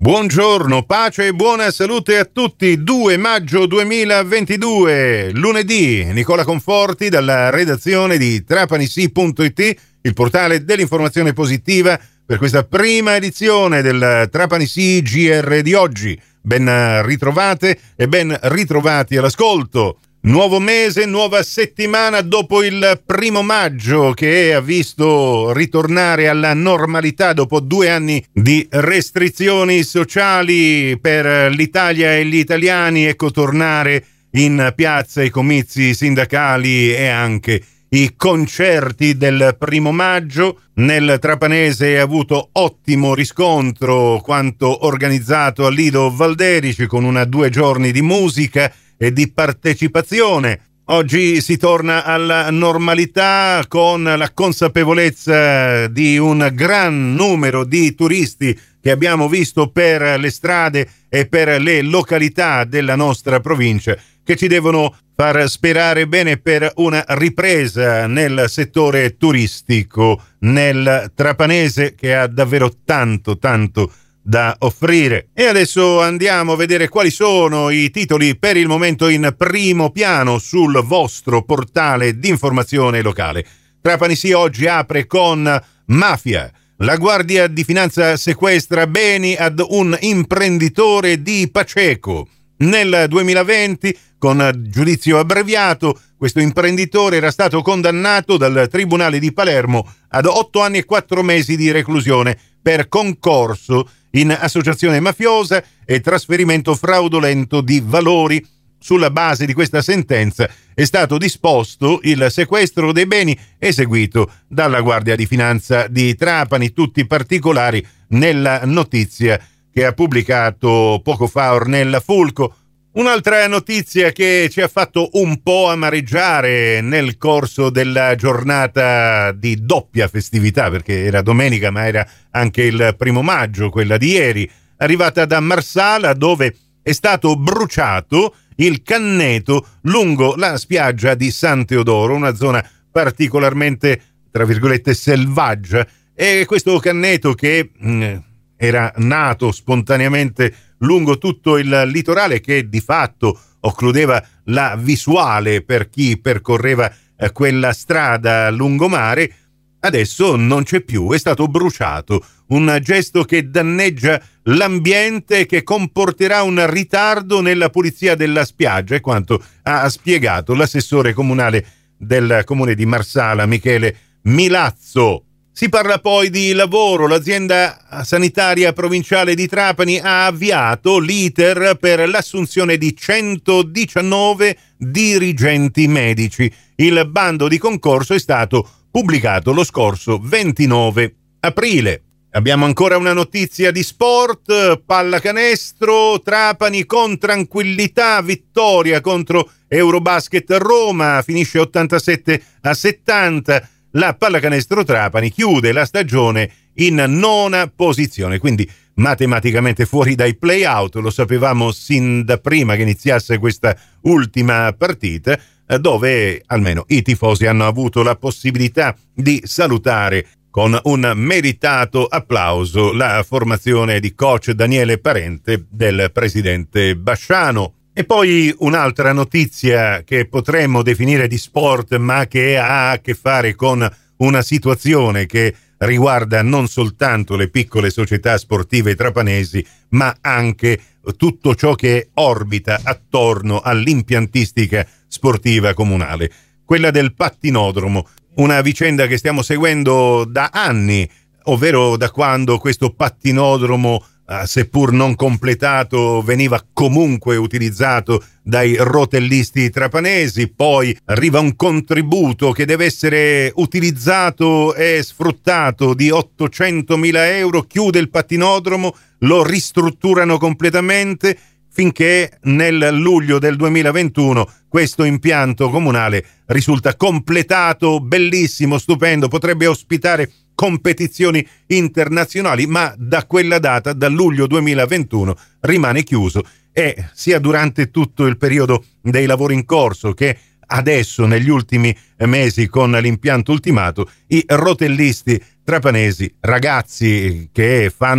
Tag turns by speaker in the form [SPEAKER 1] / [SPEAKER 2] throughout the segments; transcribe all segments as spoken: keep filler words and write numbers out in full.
[SPEAKER 1] Buongiorno, pace e buona salute a tutti. due maggio duemilaventidue, lunedì. Nicola Conforti dalla redazione di Trapanisi punto it, il portale dell'informazione positiva, per questa prima edizione del Trapanisi G R di oggi. Ben ritrovate e ben ritrovati all'ascolto. Nuovo mese, nuova settimana dopo il primo maggio, che ha visto ritornare alla normalità dopo due anni di restrizioni sociali per l'Italia e gli italiani. Ecco tornare in piazza i comizi sindacali e anche i concerti del primo maggio. Nel trapanese ha avuto ottimo riscontro quanto organizzato al Lido Valderici, con una due giorni di musica e di partecipazione. Oggi si torna alla normalità con la consapevolezza di un gran numero di turisti che abbiamo visto per le strade e per le località della nostra provincia, che ci devono far sperare bene per una ripresa nel settore turistico nel trapanese, che ha davvero tanto tanto da offrire. E adesso andiamo a vedere quali sono i titoli per il momento in primo piano sul vostro portale di informazione locale. Trapanisi oggi apre con mafia. La Guardia di Finanza sequestra beni ad un imprenditore di Paceco. Nel duemilaventi, con giudizio abbreviato, questo imprenditore era stato condannato dal Tribunale di Palermo ad otto anni e quattro mesi di reclusione per concorso in associazione mafiosa e trasferimento fraudolento di valori. Sulla base di questa sentenza è stato disposto il sequestro dei beni eseguito dalla Guardia di Finanza di Trapani. Tutti i particolari nella notizia che ha pubblicato poco fa Ornella Fulco. Un'altra notizia che ci ha fatto un po' amareggiare nel corso della giornata di doppia festività, perché era domenica ma era anche il primo maggio, quella di ieri, arrivata da Marsala, dove è stato bruciato il canneto lungo la spiaggia di San Teodoro, una zona particolarmente, tra virgolette, selvaggia. E questo canneto, che mh, era nato spontaneamente lungo tutto il litorale, che di fatto occludeva la visuale per chi percorreva eh, quella strada lungomare, adesso non c'è più, è stato bruciato. Un gesto che danneggia l'ambiente e che comporterà un ritardo nella pulizia della spiaggia, è quanto ha spiegato l'assessore comunale del comune di Marsala, Michele Milazzo. Si parla poi di lavoro. L'azienda sanitaria provinciale di Trapani ha avviato l'iter per l'assunzione di centodiciannove dirigenti medici. Il bando di concorso è stato pubblicato lo scorso ventinove aprile. Abbiamo ancora una notizia di sport. Pallacanestro, Trapani con tranquillità, vittoria contro Eurobasket Roma, finisce ottantasette a settanta. La Pallacanestro Trapani chiude la stagione in nona posizione, quindi matematicamente fuori dai play-out. Lo sapevamo sin da prima che iniziasse questa ultima partita, dove almeno i tifosi hanno avuto la possibilità di salutare con un meritato applauso la formazione di coach Daniele Parente, del presidente Basciano. E poi un'altra notizia che potremmo definire di sport, ma che ha a che fare con una situazione che riguarda non soltanto le piccole società sportive trapanesi, ma anche tutto ciò che orbita attorno all'impiantistica sportiva comunale, quella del pattinodromo, una vicenda che stiamo seguendo da anni, ovvero da quando questo pattinodromo, Uh, seppur non completato, veniva comunque utilizzato dai rotellisti trapanesi. Poi arriva un contributo che deve essere utilizzato e sfruttato di ottocentomila euro, chiude il pattinodromo, lo ristrutturano completamente, finché nel luglio del duemilaventuno questo impianto comunale risulta completato, bellissimo, stupendo, potrebbe ospitare competizioni internazionali, ma da quella data, da luglio duemilaventuno, rimane chiuso, e sia durante tutto il periodo dei lavori in corso che adesso negli ultimi mesi con l'impianto ultimato, i rotellisti trapanesi, ragazzi che fanno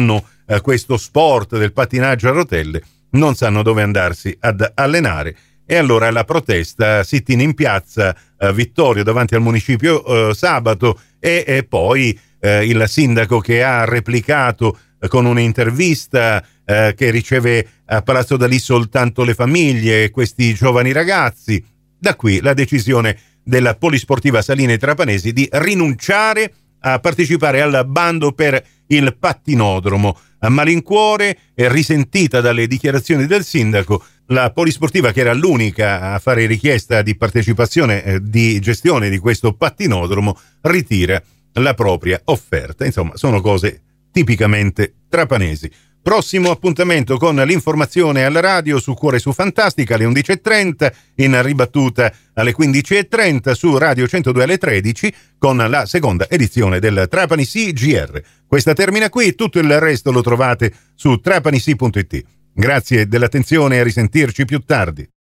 [SPEAKER 1] eh, questo sport del pattinaggio a rotelle non sanno dove andarsi ad allenare. E allora la protesta, sit-in in piazza eh, Vittorio davanti al municipio eh, sabato e, e poi eh, il sindaco che ha replicato eh, con un'intervista eh, che riceve a Palazzo Dalì soltanto le famiglie e questi giovani ragazzi. Da qui la decisione della Polisportiva Saline Trapanesi di rinunciare a partecipare al bando per il pattinodromo. A malincuore e risentita dalle dichiarazioni del sindaco, la Polisportiva, che era l'unica a fare richiesta di partecipazione eh, di gestione di questo pattinodromo, ritira la propria offerta. Insomma, sono cose tipicamente trapanesi. Prossimo appuntamento con l'informazione alla radio su Cuore su Fantastica alle undici e trenta, in ribattuta alle quindici e trenta su Radio centodue alle tredici con la seconda edizione del Trapani Sì G R. Questa termina qui, tutto il resto lo trovate su trapani sì punto it. Grazie dell'attenzione e a risentirci più tardi.